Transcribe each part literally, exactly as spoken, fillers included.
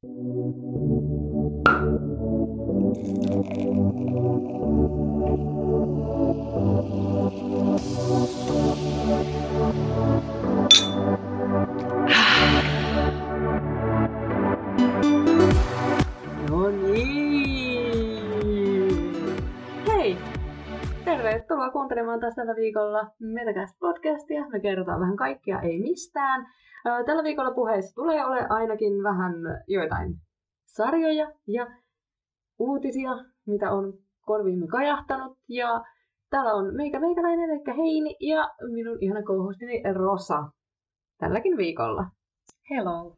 No niin. Hei! Tervetuloa kuuntelemaan taas tällä viikolla Metacast-podcastia. Me kerrotaan vähän kaikkea, ei mistään. Tällä viikolla puheissa tulee ole ainakin vähän joitain sarjoja ja uutisia, mitä on korviimme kajahtanut. Ja täällä on meikä meikäläinen, eli Heini, ja minun ihana co-hostini Rosa tälläkin viikolla. Hello!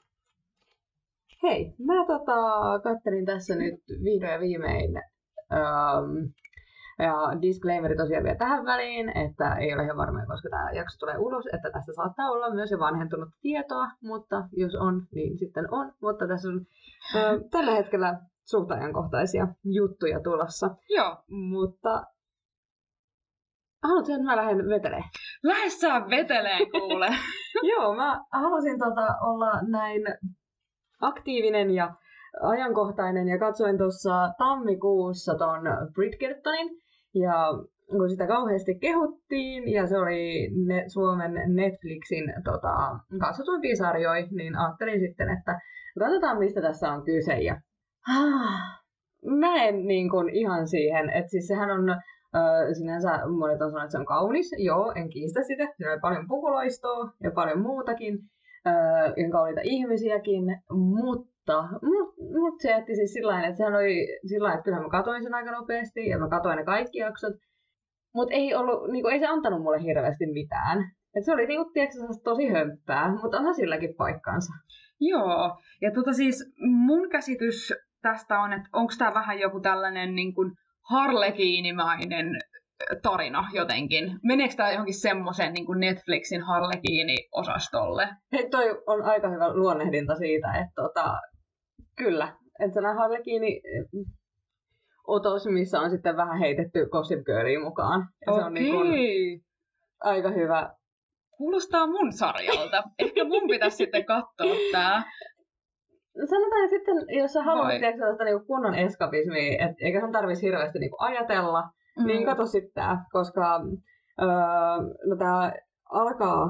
Hei, mä tota, kattelin tässä nyt vihdoin ja viimein, um, ja disclaimeri tosiaan vielä tähän väliin, että ei ole ihan varma, koska tämä jakso tulee ulos, että tässä saattaa olla myös jo vanhentunut tietoa, mutta jos on, niin sitten on. Mutta tässä on uh, tällä hetkellä suht ajankohtaisia juttuja tulossa. Joo. Mutta haluatko, että mä lähden veteleen? Lähde sä veteleen, kuule! Joo, mä halusin tota olla näin aktiivinen ja ajankohtainen ja katsoin tuossa tammikuussa ton Bridgertonin ja kun sitä kauheasti kehuttiin ja se oli ne, Suomen Netflixin tota, katsotuimpia sarjoja, niin ajattelin sitten, että katsotaan mistä tässä on kyse. Ja, ah, mä en niin kuin ihan siihen, että siis sehän on äh, sinänsä monet on sanonut, että se on kaunis, joo, en kiistä sitä, siinä on paljon pukuloistoa ja paljon muutakin. Öö, ja kauniita ihmisiäkin, mutta mut, mut se jätti siis sillain, että sehän oli sillain, että kyllähän mä katoin sen aika nopeasti ja mä katoin ne kaikki jaksot, mutta ei ollut, niinku, ei se antanut mulle hirveästi mitään. Et se oli niinku, tiedätkö, tosi hömppää, mutta onhan silläkin paikkaansa. Joo, ja tota siis mun käsitys tästä on, että onko tää vähän joku tällainen niin kuin harlekiinimainen tarina jotenkin. Meneekö tämä johonkin semmoisen niin kuin Netflixin harlekiini-osastolle? Hei, toi on aika hyvä luonnehdinta siitä, että tota, kyllä, että sellainen harlekiini-otos, missä on sitten vähän heitetty Gossip Girlia mukaan. Ja se on niin kuin aika hyvä. Kuulostaa mun sarjalta. Ehkä mun pitäisi sitten katsoa tää. Sanotaan, että sitten, jos sä haluat sellaista niin kunnon eskapismia, et eikä sun tarvitsisi hirveästi niin ajatella, Mm. niin kato sitten tää, koska öö, no tää alkaa,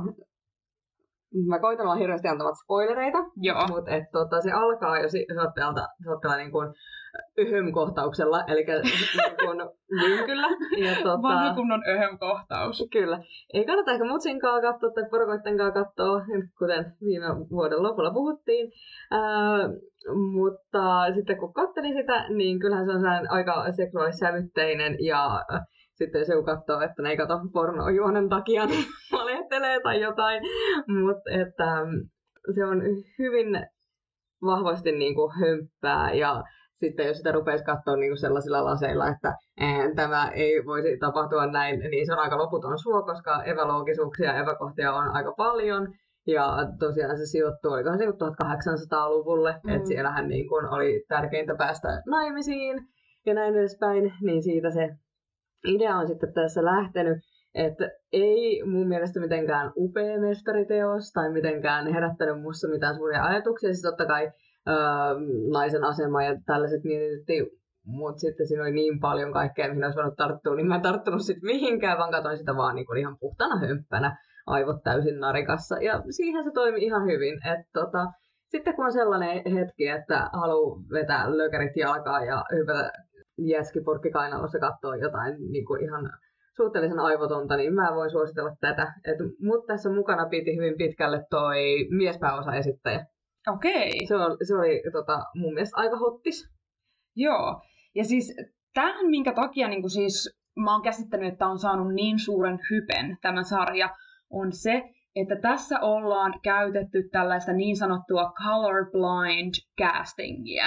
mä koitan olla hirveästi antamat spoilereita, mutta et, tota, se alkaa jo saatteelta niin kuin öhöm-kohtauksella, eli niin kuin lynkyllä. Tota, vanha kunnon öhöm-kohtaus. Kyllä. Ei kannata ehkä mutsinkaan katsoa tai porukoittenkaan katsoa, kuten viime vuoden lopulla puhuttiin. Ää, mutta sitten kun katselin sitä, niin kyllähän se on aika seksuaalissävytteinen ja sitten jos joku katsoo, että ne ei katso pornoa juonen takia, niin valehtelee tai jotain. Mutta että se on hyvin vahvasti niin kuin hömppää ja sitten jos sitä rupeaisi katsoa niin kuin sellaisilla laseilla, että ee, tämä ei voisi tapahtua näin, niin se on aika loputon suo, koska epäloogisuuksia ja epäkohtia on aika paljon. Ja tosiaan se sijoittuu, olikohan se tuhatkahdeksansataaluvulle, mm. että siellähän niin kuin oli tärkeintä päästä naimisiin ja näin edespäin, niin siitä se idea on sitten tässä lähtenyt, että ei mun mielestä mitenkään upea mestariteos tai mitenkään herättänyt musta mitään suuria ajatuksia, siis totta kai öö, naisen asema ja tällaiset mietitytti, mutta sitten siinä oli niin paljon kaikkea, mihin olisi voinut tarttua, niin mä en tarttunut sitten mihinkään, vaan katsoin sitä vaan niin kuin ihan puhtana hömppänä, aivot täysin narikassa, ja siihen se toimi ihan hyvin, että tota, sitten kun on sellainen hetki, että haluaa vetää lökärit jalkaan ja hypätä jäskipurkki kainalossa katsoa jotain niin kuin ihan suhteellisen aivotonta, niin mä voin suositella tätä. Mut tässä mukana piti hyvin pitkälle toi miespääosaesittäjä. Okei. Se, on, se oli tota, mun mielestä aika hottis. Joo. Ja siis tämähän minkä takia niin kuin siis, mä oon käsittänyt, että on saanut niin suuren hypen tämä sarja, on se, että tässä ollaan käytetty tällaista niin sanottua colorblind castingia.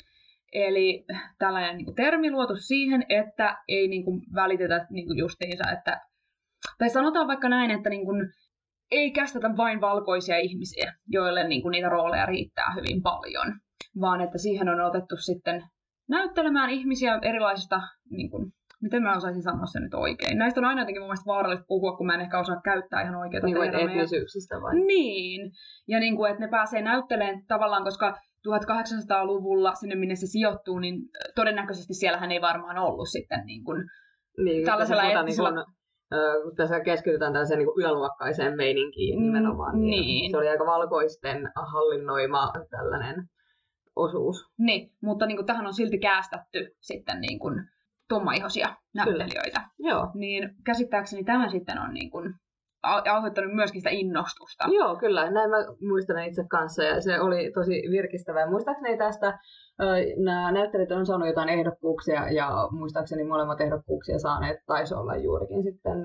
Eli tällainen niin kuin termi luotu siihen, että ei niin kuin välitetä niin kuin justiinsa, että, tai sanotaan vaikka näin, että niin kuin, ei kästetä vain valkoisia ihmisiä, joille niin kuin niitä rooleja riittää hyvin paljon, vaan että siihen on otettu sitten näyttelemään ihmisiä erilaisista, niin kuin, miten mä osaisin sanoa sen nyt oikein. Näistä on aina jotenkin mun mielestä vaarallista puhua, kun mä en ehkä osaa käyttää ihan oikeita niin termejä. Etnisyyksistä vai? Niin, ja niin kuin, että ne pääsee näyttelemään tavallaan, koska tuhatkahdeksansataaluvulla sinne, minne se sijoittuu, niin todennäköisesti siellähän ei varmaan ollut sitten niin kuin niin, tällaisella eettisellä... Niin kun, tässä keskitytään tällaiseen niin kuin yläluokkaiseen meininkiin nimenomaan. Mm, niin. niin. Se oli aika valkoisten hallinnoima tällainen osuus. Niin, mutta niin kuin, tähän on silti käästetty sitten niin kuin tummaihoisia näyttelijöitä. Joo. Niin käsittääkseni tämä sitten on niin kuin aiheuttanut myöskin sitä innostusta. Joo, kyllä. Näin mä muistan itse kanssa ja se oli tosi virkistävää. Muistaakseni tästä nämä näyttelijät on saanut jotain ehdokkuuksia ja muistaakseni molemmat ehdokkuuksia saaneet taisi olla juurikin sitten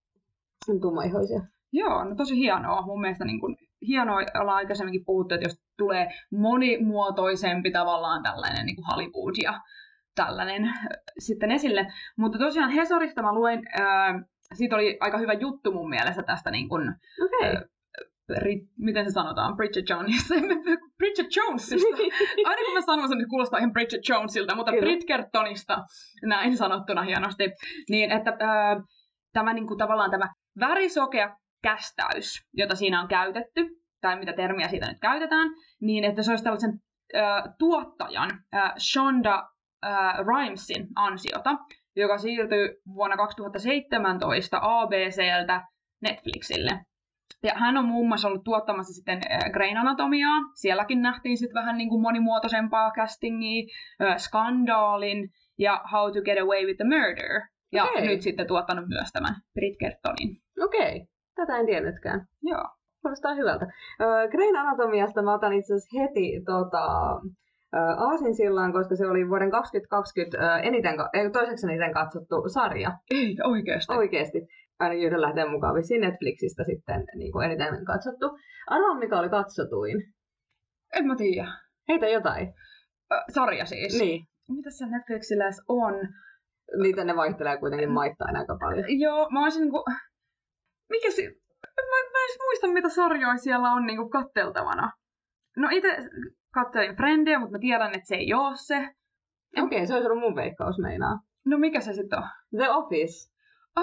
tummaihoisia. Joo, no tosi hienoa. Mun mielestä niin kuin, hienoa, ollaan aikaisemminkin puhuttu, että jos tulee monimuotoisempi tavallaan tällainen niin kuin Hollywood ja tällainen sitten esille. Mutta tosiaan Hesarista mä luen, ää, siitä oli aika hyvä juttu mun mielestä tästä niin kuin, okay. ää, ri, miten se sanotaan, Bridget Jonesista, Bridget Jonesista. Aina kun mä sanon sen, niin kuulostaa ihan Bridget Jonesilta, mutta Kyllä. Bridgertonista näin sanottuna hienosti. Niin, että ää, tämä niin kuin, tavallaan tämä värisokea kästäys, jota siinä on käytetty, tai mitä termiä siitä nyt käytetään, niin että se olisi tällaisen ää, tuottajan, ää, Shonda ää, Rhimesin ansiota, joka siirtyi vuonna kaksituhattaseitsemäntoista A B C:ltä Netflixille. Ja hän on muun muassa ollut tuottamassa sitten Grayn Anatomiaa. Sielläkin nähtiin sitten vähän niin kuin monimuotoisempaa castingia, äh, Skandaalin ja How to Get Away with the Murder. Ja okay. nyt sitten tuottanut myös tämän Bridgertonin. Okei, okay. Tätä en tiennytkään. Joo. Kuulostaa hyvältä. Äh, Grayn Anatomiasta mä otan itse asiassa heti tota, äh, aasinsillan, koska se oli vuoden kaksituhattakaksikymmentä äh, eniten, äh, toiseksi eniten katsottu sarja. Ei, oikeasti. Oikeasti. Ainakin yhden lähteen mukaan vissiin Netflixistä sitten niin kuin eniten katsottu. Arvaa, mikä oli katsotuin? En mä tiedä. Heitä jotain. Äh, sarja siis? Niin. Mitä se Netflixillä on? Niitä ne vaihtelee kuitenkin maittain aika paljon. Joo, mä olisin niinku... Mikä se... Mä, mä en muista, mitä sarjoja siellä on niinku katteltavana. No itse katselin Friendia, mutta mä tiedän, että se ei oo se. Okei, okay, se olisi ollut mun veikkaus meinaa. No mikä se sitten on? The Office.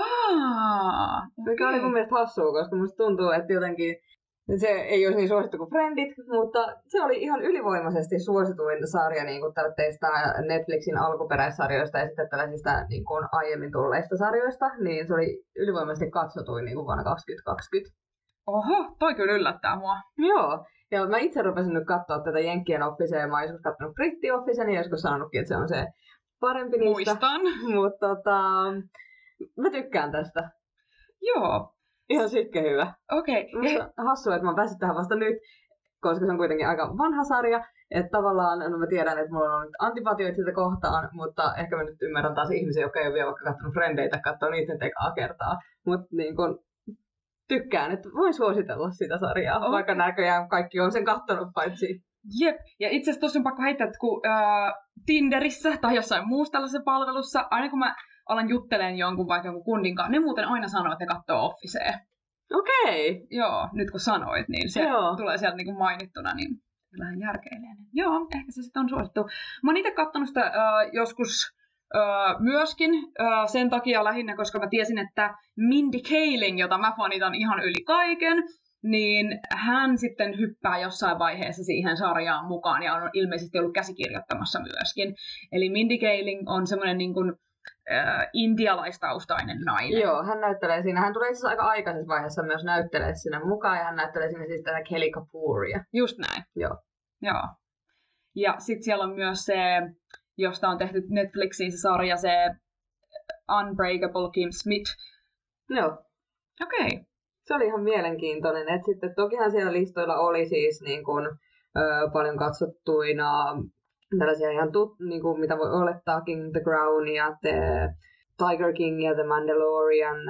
Aa, mikä okay. oli mun mielestä hassua, koska musta tuntuu, että jotenkin se ei olisi niin suosittu kuin Friendit, mutta se oli ihan ylivoimaisesti suosituin sarja niin kuin tällaisista Netflixin alkuperäissarjoista ja sitten tällaisista niin kuin aiemmin tulleista sarjoista, niin se oli ylivoimaisesti katsotuin niin kuin vuonna kaksituhattakaksikymmentä. Oho, toi kyllä yllättää mua. Joo, ja mä itse rupesin nyt katsoa tätä Jenkkien Officea, ja mä oon joskus katsonut Britti Officen ja joskus sanonutkin, että se on se parempi niistä. Muistan. Mutta tota, mä tykkään tästä. Joo. Ihan sitke hyvä. Okei. Okay. Hassua, että mä oon päässyt tähän vasta nyt, koska se on kuitenkin aika vanha sarja. Että tavallaan, no mä tiedän, että mulla on nyt antipatioita sitä kohtaan, mutta ehkä mä nyt ymmärrän taas ihmisiä, jotka ei ole vielä vaikka katsonut Frendeitä, katsoa niitä nyt ekaa kertaa. Mutta niin kun tykkään, että voin suositella sitä sarjaa, okay. Vaikka näköjään kaikki on sen kattonut paitsi. Jep, ja itse asiassa tuossa on pakko heittää, että kun äh, Tinderissä tai jossain muussa tällaisessa palvelussa, aina kun mä alan juttelemaan jonkun vaikka jonkun kundin kanssa, ne muuten aina sanoo, että ne katsoo Officea. Okei. Okay. Joo, nyt kun sanoit, niin se Joo. tulee sieltä niinku mainittuna, niin vähän järkeilee. Joo, ehkä se sitten on suosittu. Mä oon itse katsonut sitä äh, joskus äh, myöskin äh, sen takia lähinnä, koska mä tiesin, että Mindy Kaling, jota mä fanitan ihan yli kaiken, niin hän sitten hyppää jossain vaiheessa siihen sarjaan mukaan ja on ilmeisesti ollut käsikirjoittamassa myöskin. Eli Mindy Kaling on semmoinen niin kuin äh, intialaistaustainen nainen. Joo, hän näyttelee siinä. Hän tulee itse asiassa aika aikaisessa vaiheessa myös näyttelee sinne mukaan ja hän näyttelee siinä siis tätä Kelly Kapooria. Just näin. Joo. Joo. Ja sitten siellä on myös se, josta on tehty Netflixiin se sarja, se Unbreakable Kim Smith. Joo. Okei. Okay. Se oli ihan mielenkiintoinen. Et sitten tokihan siellä listoilla oli siis niin kun, ö, paljon katsottuina tällaisia ihan tut, niin kuin, mitä voi olettaakin, The Crown ja The Tiger King ja The Mandalorian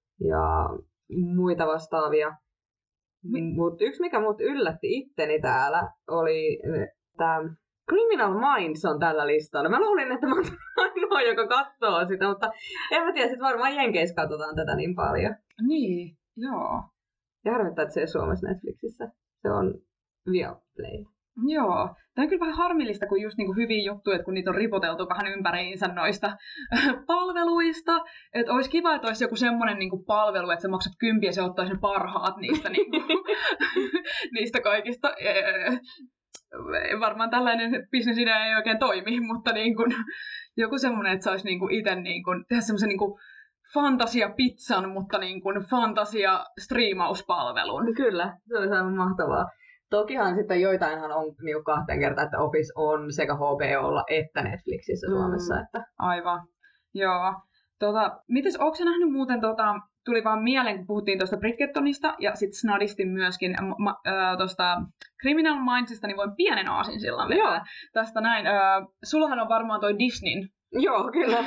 ja muita vastaavia. Mm. Mutta yksi, mikä mut yllätti itteni täällä, oli tämä Criminal Minds on tällä listalla. Mä luulin, että mä oon ainoa, joka katsoo sitä, mutta en mä tiedä, sit varmaan Jenkeissä katsotaan tätä niin paljon. Niin, joo. Ja harmittaa, että se ei Suomessa Netflixissä. Se on Viaplay. Joo. Tämä on kyllä vähän harmillista, kun just niin kuin hyviä juttuja, että kun niitä on ripoteltu vähän ympäriinsä noista palveluista. Että olisi kiva, että olisi joku semmoinen niin kuin palvelu, että sä maksat kympiä ja se ottaisi ne parhaat niistä, niin kuin, niistä kaikista varmaan tällainen bisnesidea ei oikein toimi, mutta niin kuin, joku semmoinen, että saisi niin kuin itse niin kuin, tehdä semmoisen niin kuin fantasia-pizzan, mutta niin kuin fantasia-striimauspalvelun. Kyllä, se olisi aivan mahtavaa. Tokihan sitten joitainhan on niin kahteen kertaan, että Office on sekä H B O:lla että Netflixissä Suomessa. Mm, että... Aivan, joo. Tota, mites, ootko sä nähnyt muuten, tota, tuli vaan mieleen, kun puhuttiin tuosta Bridgertonista ja sitten snadisti myöskin ma- äh, tuosta Criminal Mindsista, niin voin pienen aasinsillan vetää tästä näin. Äh, sullahan on varmaan toi Disneyn Joo, kyllä.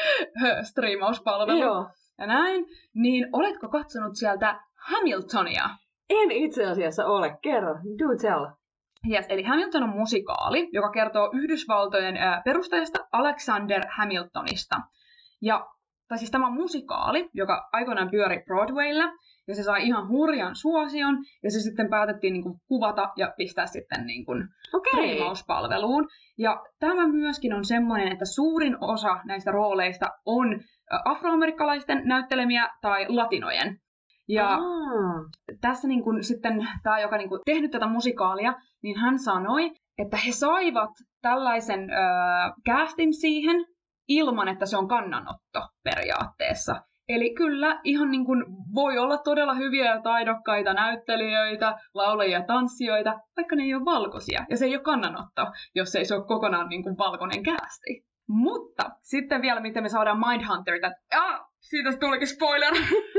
striimauspalvelu Joo. ja näin. Niin oletko katsonut sieltä Hamiltonia? En itse asiassa ole. Kerro. Do tell. Yes, eli Hamilton on musikaali, joka kertoo Yhdysvaltojen äh, perustajasta Alexander Hamiltonista. Ja, tai siis tämä on musikaali, joka aikoinaan pyöri Broadwaylla, ja se sai ihan hurjan suosion, ja se sitten päätettiin niin kuin, kuvata ja pistää sitten niin kuin, Okei. striimauspalveluun. Ja tämä myöskin on semmoinen, että suurin osa näistä rooleista on äh, afroamerikkalaisten näyttelemiä tai latinojen. Ja Ah. tässä niin kun, sitten tämä, joka niin kun, tehnyt tätä musikaalia, niin hän sanoi, että he saivat tällaisen öö, castin siihen ilman, että se on kannanotto periaatteessa. Eli kyllä ihan niin kun, voi olla todella hyviä ja taidokkaita näyttelijöitä, laulajia ja tanssijoita, vaikka ne ei ole valkoisia. Ja se ei ole kannanotto, jos ei se ole kokonaan niin kun, valkoinen casti. Mutta sitten vielä, miten me saadaan Mindhunterita. Ah, siitä tulikin spoiler!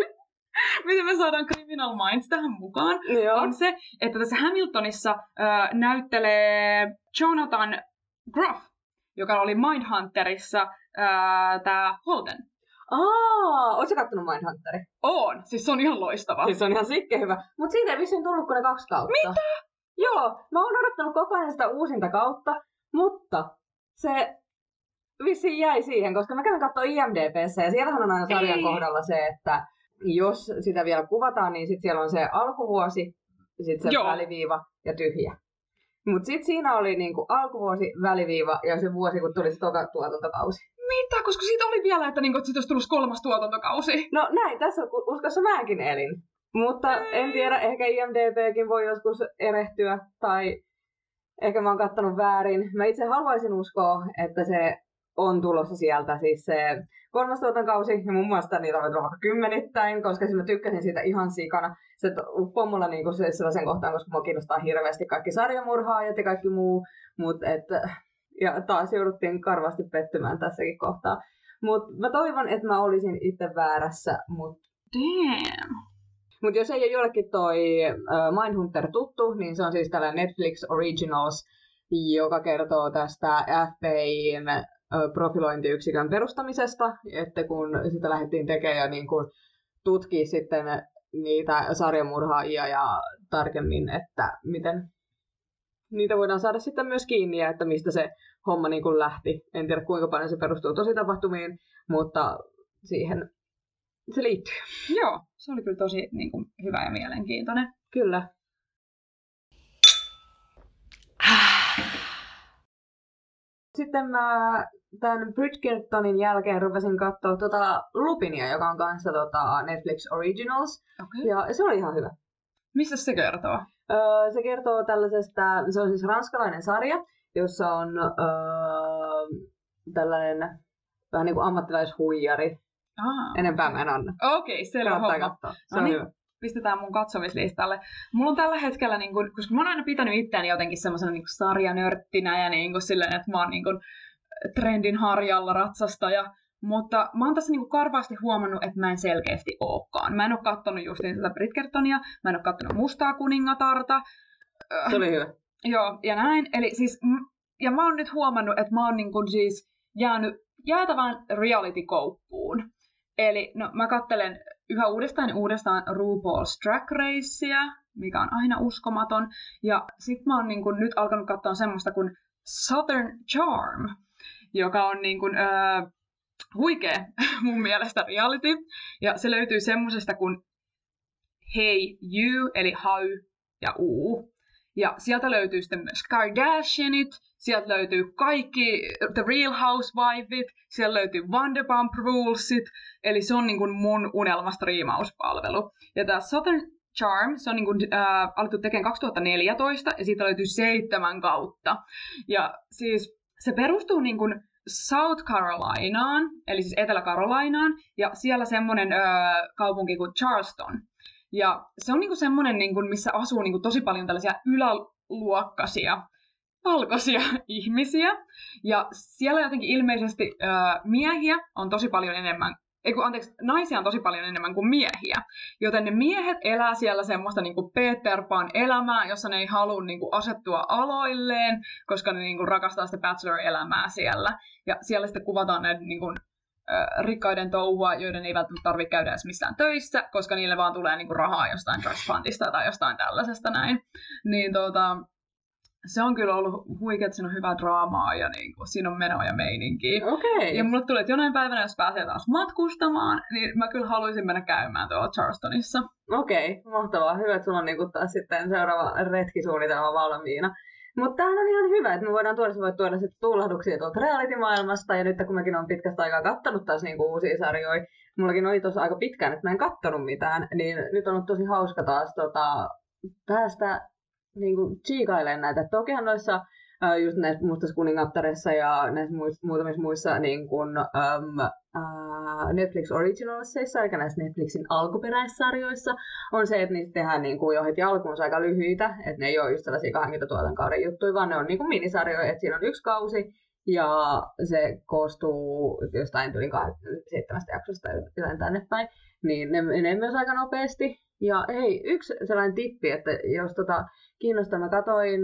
Miten me saadaan Criminal Minds tähän mukaan, Joo. on se, että tässä Hamiltonissa äh, näyttelee Jonathan Groff, joka oli Mindhunterissa äh, tää Holden. Aa, ootko sä kattonut Mindhunteri? On, siis se on ihan loistava. Siis se on ihan sikke hyvä. Mut siitä ei vissiin tullut kuin ne kaksi kautta. Mitä? Joo, mä oon odottanut koko ajan sitä uusinta kautta, mutta se vissiin jäi siihen, koska mä kävin katsoa I M D B:ssä ja siellähän on aina sarjan Ei. kohdalla se, että jos sitä vielä kuvataan, niin sit siellä on se alkuvuosi, sit se Joo. väliviiva ja tyhjä. Mut sit siinä oli niinku alkuvuosi, väliviiva ja se vuosi, kun tuli se toka tuotantokausi. Mitä? Koska siitä oli vielä, että, niinku, että siitä olisi tullut kolmas tuotantokausi. No näin, tässä uskossa mäkin elin. Mutta en tiedä, ehkä I M D B:kin voi joskus erehtyä, tai ehkä mä oon kattonut väärin. Mä itse haluaisin uskoa, että se on tulossa sieltä, siis se kolmas tuotantokausi, ja mun mielestä niitä on vaikka kymmenittäin, koska siis mä tykkäsin siitä ihan sikana. Se uppoo mulla niinku se sellaisen kohtaan, koska mua kiinnostaa hirveästi kaikki sarjamurhaajat ja kaikki muu, mut et, ja taas jouduttiin karvasti pettymään tässäkin kohtaa. Mut mä toivon, että mä olisin itse väärässä, mut Damn. Mut jos ei ole jollekin toi uh, Mindhunter tuttu, niin se on siis tällainen Netflix Originals, joka kertoo tästä F B I:n uh, profilointiyksikön perustamisesta, että kun sitä lähdettiin tekemään ja niin kun tutkii sitten niitä sarjamurhaajia ja tarkemmin, että miten niitä voidaan saada sitten myös kiinni ja että mistä se homma niin kun lähti. En tiedä kuinka paljon se perustuu tositapahtumiin, mutta siihen se liittyy. Joo, se oli kyllä tosi niin kuin, hyvä ja mielenkiintoinen. Kyllä. Sitten mä tämän Bridgertonin jälkeen rupesin katsoa tota Lupinia, joka on kanssa tota Netflix Originals. Okay. Ja se oli ihan hyvä. Mistä se kertoo? Öö, se kertoo tällaisesta, se on siis ranskalainen sarja, jossa on öö, tällainen vähän niin kuin ammattilaishuijari. Ah. Enempää mä en anna. Okei, okay, selvä Kannattaa homma. katsoa. Se No on niin. hyvä. Pistetään mun katsomislistalle. Mulla on tällä hetkellä, niin kun, koska mä oon aina pitänyt itseäni jotenkin semmoisena niin sarjanörttinä ja niin kun, silleen, että mä oon niin kun, trendin harjalla ratsastaja. Mutta mä oon tässä niin kun, karvaasti huomannut, että mä en selkeästi ookaan. Mä en oo kattonut justiin tätä Bridgertonia, mä en oo kattonut Mustaa kuningatarta. Se oli hyvä. Joo, ja näin. Eli siis, ja mä oon nyt huomannut, että mä oon niin kun, siis jäänyt jäätävään reality-koukkuun. Eli no, mä katselen yhä uudestaan ja uudestaan RuPaul's Drag Racea, mikä on aina uskomaton. Ja sit mä oon niin kun, nyt alkanut katsoa semmoista kuin Southern Charm, joka on niin kun, öö, huikea mun mielestä reality. Ja se löytyy semmosesta kuin Hey You, eli How ja U. Ja sieltä löytyy sitten myös Kardashianit, sieltä löytyy kaikki The Real Housewiveit, sieltä löytyy Vanderpump Rulesit, eli se on niin kuin mun unelmastriimauspalvelu. Ja tämä Southern Charm. Se on niin kuin, äh, alettu tekemään kaksituhattaneljätoista ja siitä löytyy seitsemän kautta. Ja siis se perustuu niin kuin South Carolinaan, eli siis Etelä-Carolinaan, ja siellä semmoinen äh, kaupunki kuin Charleston. Ja se on niinku semmoinen, niinku, missä asuu niinku tosi paljon tällaisia yläluokkaisia, valkoisia ihmisiä. Ja siellä jotenkin ilmeisesti ö, miehiä on tosi paljon enemmän, ei kun, anteeksi, naisia on tosi paljon enemmän kuin miehiä. Joten ne miehet elää siellä semmoista niinku Peter Pan elämää, jossa ne ei halua niinku asettua aloilleen, koska ne niinku rakastaa sitä bachelor-elämää siellä. Ja siellä sitten kuvataan näiden niinku, rikkaiden touhua, joiden ei välttämättä tarvitse käydä edes missään töissä, koska niille vaan tulee niinku rahaa jostain trust fundista tai jostain tällaisesta näin. Niin tota, se on kyllä ollut huikea, että siinä on hyvää draamaa ja niinku, siinä on menoa ja meininkiä. Okay. Ja mulle tuli, että jonain päivänä, jos pääsee taas matkustamaan, niin mä kyllä haluaisin mennä käymään tuolla Charlestonissa. Okei, okay, mahtavaa. Hyvä, että sulla on niinku taas sitten seuraava retkisuunnitelma valmiina. Mutta tämähän on ihan hyvä, että me voidaan tuoda, voit tuoda sitten tuulahduksia tuolta reality-maailmasta. Ja nyt kun mäkin olen pitkästä aikaa kattanut taas niinku uusia sarjoja, mullakin oli tuossa aika pitkään, että mä en kattonut mitään, niin nyt on ollut tosi hauska taas tota, päästä niinku chiikailemaan näitä. Tokihan noissa äh, just näissä Mustassa kuningattareissa ja näissä muissa, muutamissa muissa niin kun, ähm, äh, Netflix Originalsissa, eli näissä Netflixin alkuperäissarjoissa, on se, että niistä tehdään niin kuin jo heti alkuunsa aika lyhyitä, että ne ei ole just sellaisia kaksikymmentä kauden juttuja, vaan ne on niin kuin minisarjoja, että siinä on yksi kausi, ja se koostuu jostain yli seitsemästä jaksosta jotain tänne päin, niin ne menee myös aika nopeasti. Ja hei, yksi sellainen tippi, että jos tota kiinnostaa, mä katoin,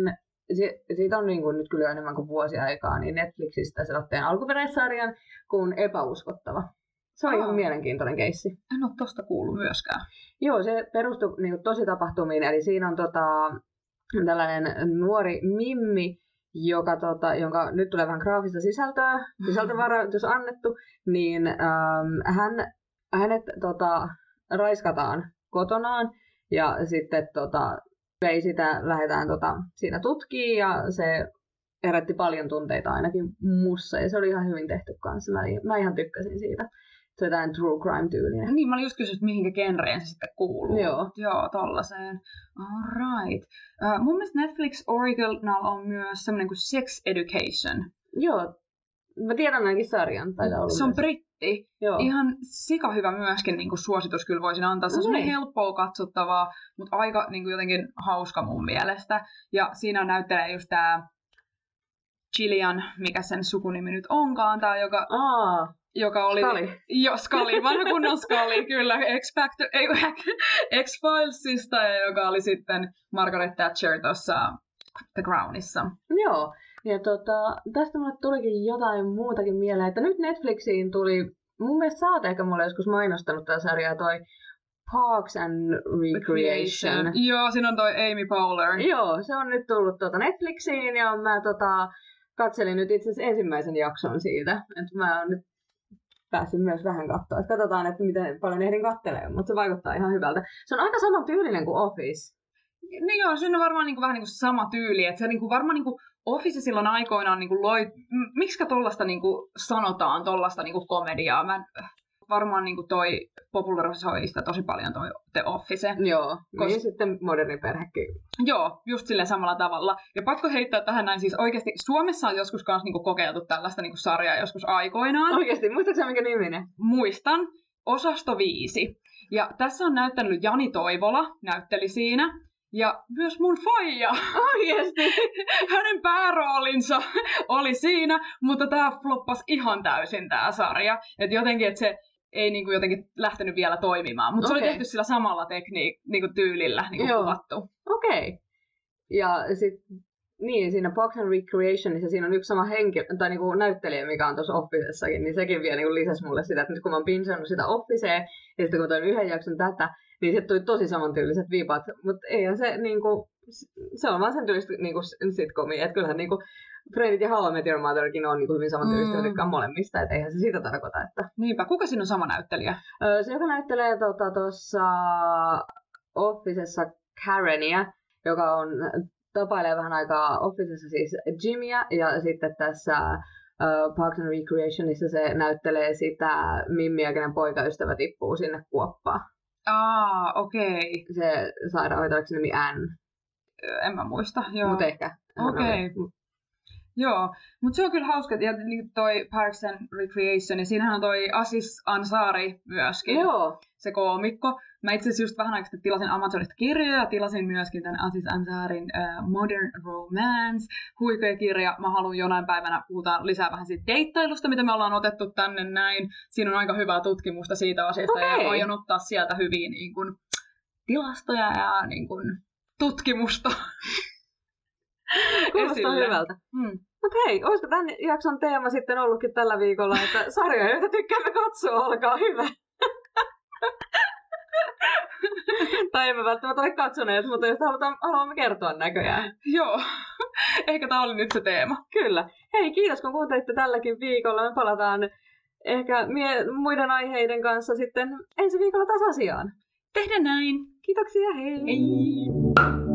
siitä on niin kuin nyt kyllä enemmän kuin vuosi aikaa, niin Netflixistä sellainen alkuperäissarjan kuin Epäuskottava. Se on ihan mielenkiintoinen keissi. En ole tosta kuullut myöskään. Joo, se perustuu niin kuin tosi tapahtumiin, eli siinä on tota, tällainen nuori Mimmi, joka, tota, jonka nyt tulee vähän graafista sisältöä, sisältövaroitus annettu, niin ähm, hän, hänet tota, raiskataan kotonaan ja sitten tota, ei sitä lähdetään tota, siinä tutkimaan ja se herätti paljon tunteita ainakin mussa ja se oli ihan hyvin tehty kanssa. Mä, mä ihan tykkäsin siitä. Se on jotain true crime tyylinen. Niin, mä olin just kysynyt, mihinkä genreen se sitten kuuluu. Joo. Joo, tollaseen. Alright. Uh, mun mielestä Netflix Original on myös semmoinen kuin Sex Education. Joo. Mä tiedän ainakin sarjan. Se on britti. Joo. Ihan sika hyvä myöskin niin kuin suositus kyllä voisin antaa. Se on semmoinen helppoa katsottavaa, mutta aika niin kuin jotenkin hauska mun mielestä. Ja siinä näyttelee just tää Gillian, mikä sen sukunimi nyt onkaan, tää joka... Aa. Joka oli... Scully. Joo, Scully, vanha kunnon Scully, kyllä, X-Factor, ei, X-Filesista, ja joka oli sitten Margaret Thatcher tuossa The Crownissa. Joo, ja tota, tästä mulle tulikin jotain muutakin mieleen, että nyt Netflixiin tuli, mun mielestä sä oot ehkä mulle joskus mainostanut tätä sarjaa, toi Parks and Recreation. Recreation. Joo, siinä on toi Amy Poehler. Joo, se on nyt tullut tuota Netflixiin, ja mä tota, katselin nyt itse asiassa ensimmäisen jakson siitä, että mä oon nyt pääsin myös vähän katsoa. Että katsotaan, että miten paljon ehdin katselemaan, mutta se vaikuttaa ihan hyvältä. Se on aika saman tyylinen kuin Office. No joo, se on varmaan niinku vähän niinku sama tyyli. Että se niinku varmaan niinku Office silloin aikoinaan niinku loi... Miksikä tollaista niinku sanotaan, tollaista niinku komediaa? Mä varmaan niinku toi popularisoi sitä tosi paljon toi The Office. Joo, Kos... niin sitten moderni perhekin. Joo, just sillä samalla tavalla. Ja pakko heittää tähän näin, siis oikeasti Suomessa on joskus kans niinku kokeiltu tällaista niinku sarjaa joskus aikoinaan. Oikeasti, muistatko sä mikä niminen? Muistan. Osasto viisi. Ja tässä on näyttänyt Jani Toivola, näytteli siinä. Ja myös mun faija. Oikeesti? Hänen pääroolinsa oli siinä, mutta tää floppasi ihan täysin tää sarja. Et jotenkin, että se ei niinku jotenkin lähtenyt vielä toimimaan. Mutta okay. Se oli tehty sillä samalla tekniik- niinku tyylillä niinku kuvattu. Okei. Okay. Ja sitten niin, siinä Parks and Recreationissa siinä on yksi sama henkilö, tai niinku näyttelijä, mikä on tuossa Officessakin, niin sekin vielä niinku lisäsi mulle sitä, että nyt kun mä oon pinchannut sitä Officea, ja sitten kun mä toin yhden jakson tätä, niin se tuli tosi samantyyliset vipat. Mutta eihän se niinku, se on vaan sen tyylistä niinku sitcomia, että kyllähän niinku Friendit ja How I Met Your Motherkin on niinku hyvin samantyylistä, mm. jotka molemmista, että eihän se sitä tarkoita, että... Niinpä, kuka siinä on sama näyttelijä? Öö, se, joka näyttelee tuossa tota, Officessa Karenia, joka on... tapailee vähän aikaa Officessa siis Jimmyä, ja sitten tässä uh, Parks and Recreationissa se näyttelee sitä Mimmiä, kenen poikaystävä tippuu sinne kuoppaan. Aa, okei. Se sairaanhoitajaksi nimi Anne. En mä muista, joo. Mut ehkä. Okei. Joo, mutta se on kyllä hauska, ja toi Parks and Recreation, ja siinähän on toi Aziz Ansari myöskin, Joo. se koomikko. Mä itse asiassa just vähän aikaa sitten tilasin Amazonista kirjoja, ja tilasin myöskin tämän Aziz Ansarin uh, Modern Romance, huikea kirja. Mä haluan jonain päivänä puhutaan lisää vähän siitä deittailusta, mitä me ollaan otettu tänne näin. Siinä on aika hyvää tutkimusta siitä asiasta, okay. Ja aion ottaa sieltä hyviä niin kun, tilastoja ja niin kun, tutkimusta. Kuulostaa hyvältä. Hmm. Mutta hei, olisiko tämän jakson teema sitten ollutkin tällä viikolla, että sarjoja, joita tykkäämme katsoa, olkaa hyvä. Tai emme välttämättä ole katsoneet, mutta jos halutaan, haluamme kertoa näköjään. Joo, ehkä tämä oli nyt se teema. Kyllä. Hei, kiitos kun kuuntelitte tälläkin viikolla. Me palataan ehkä mie- muiden aiheiden kanssa sitten ensi viikolla taas asiaan. Tehdään näin. Kiitoksia, hei! Hei!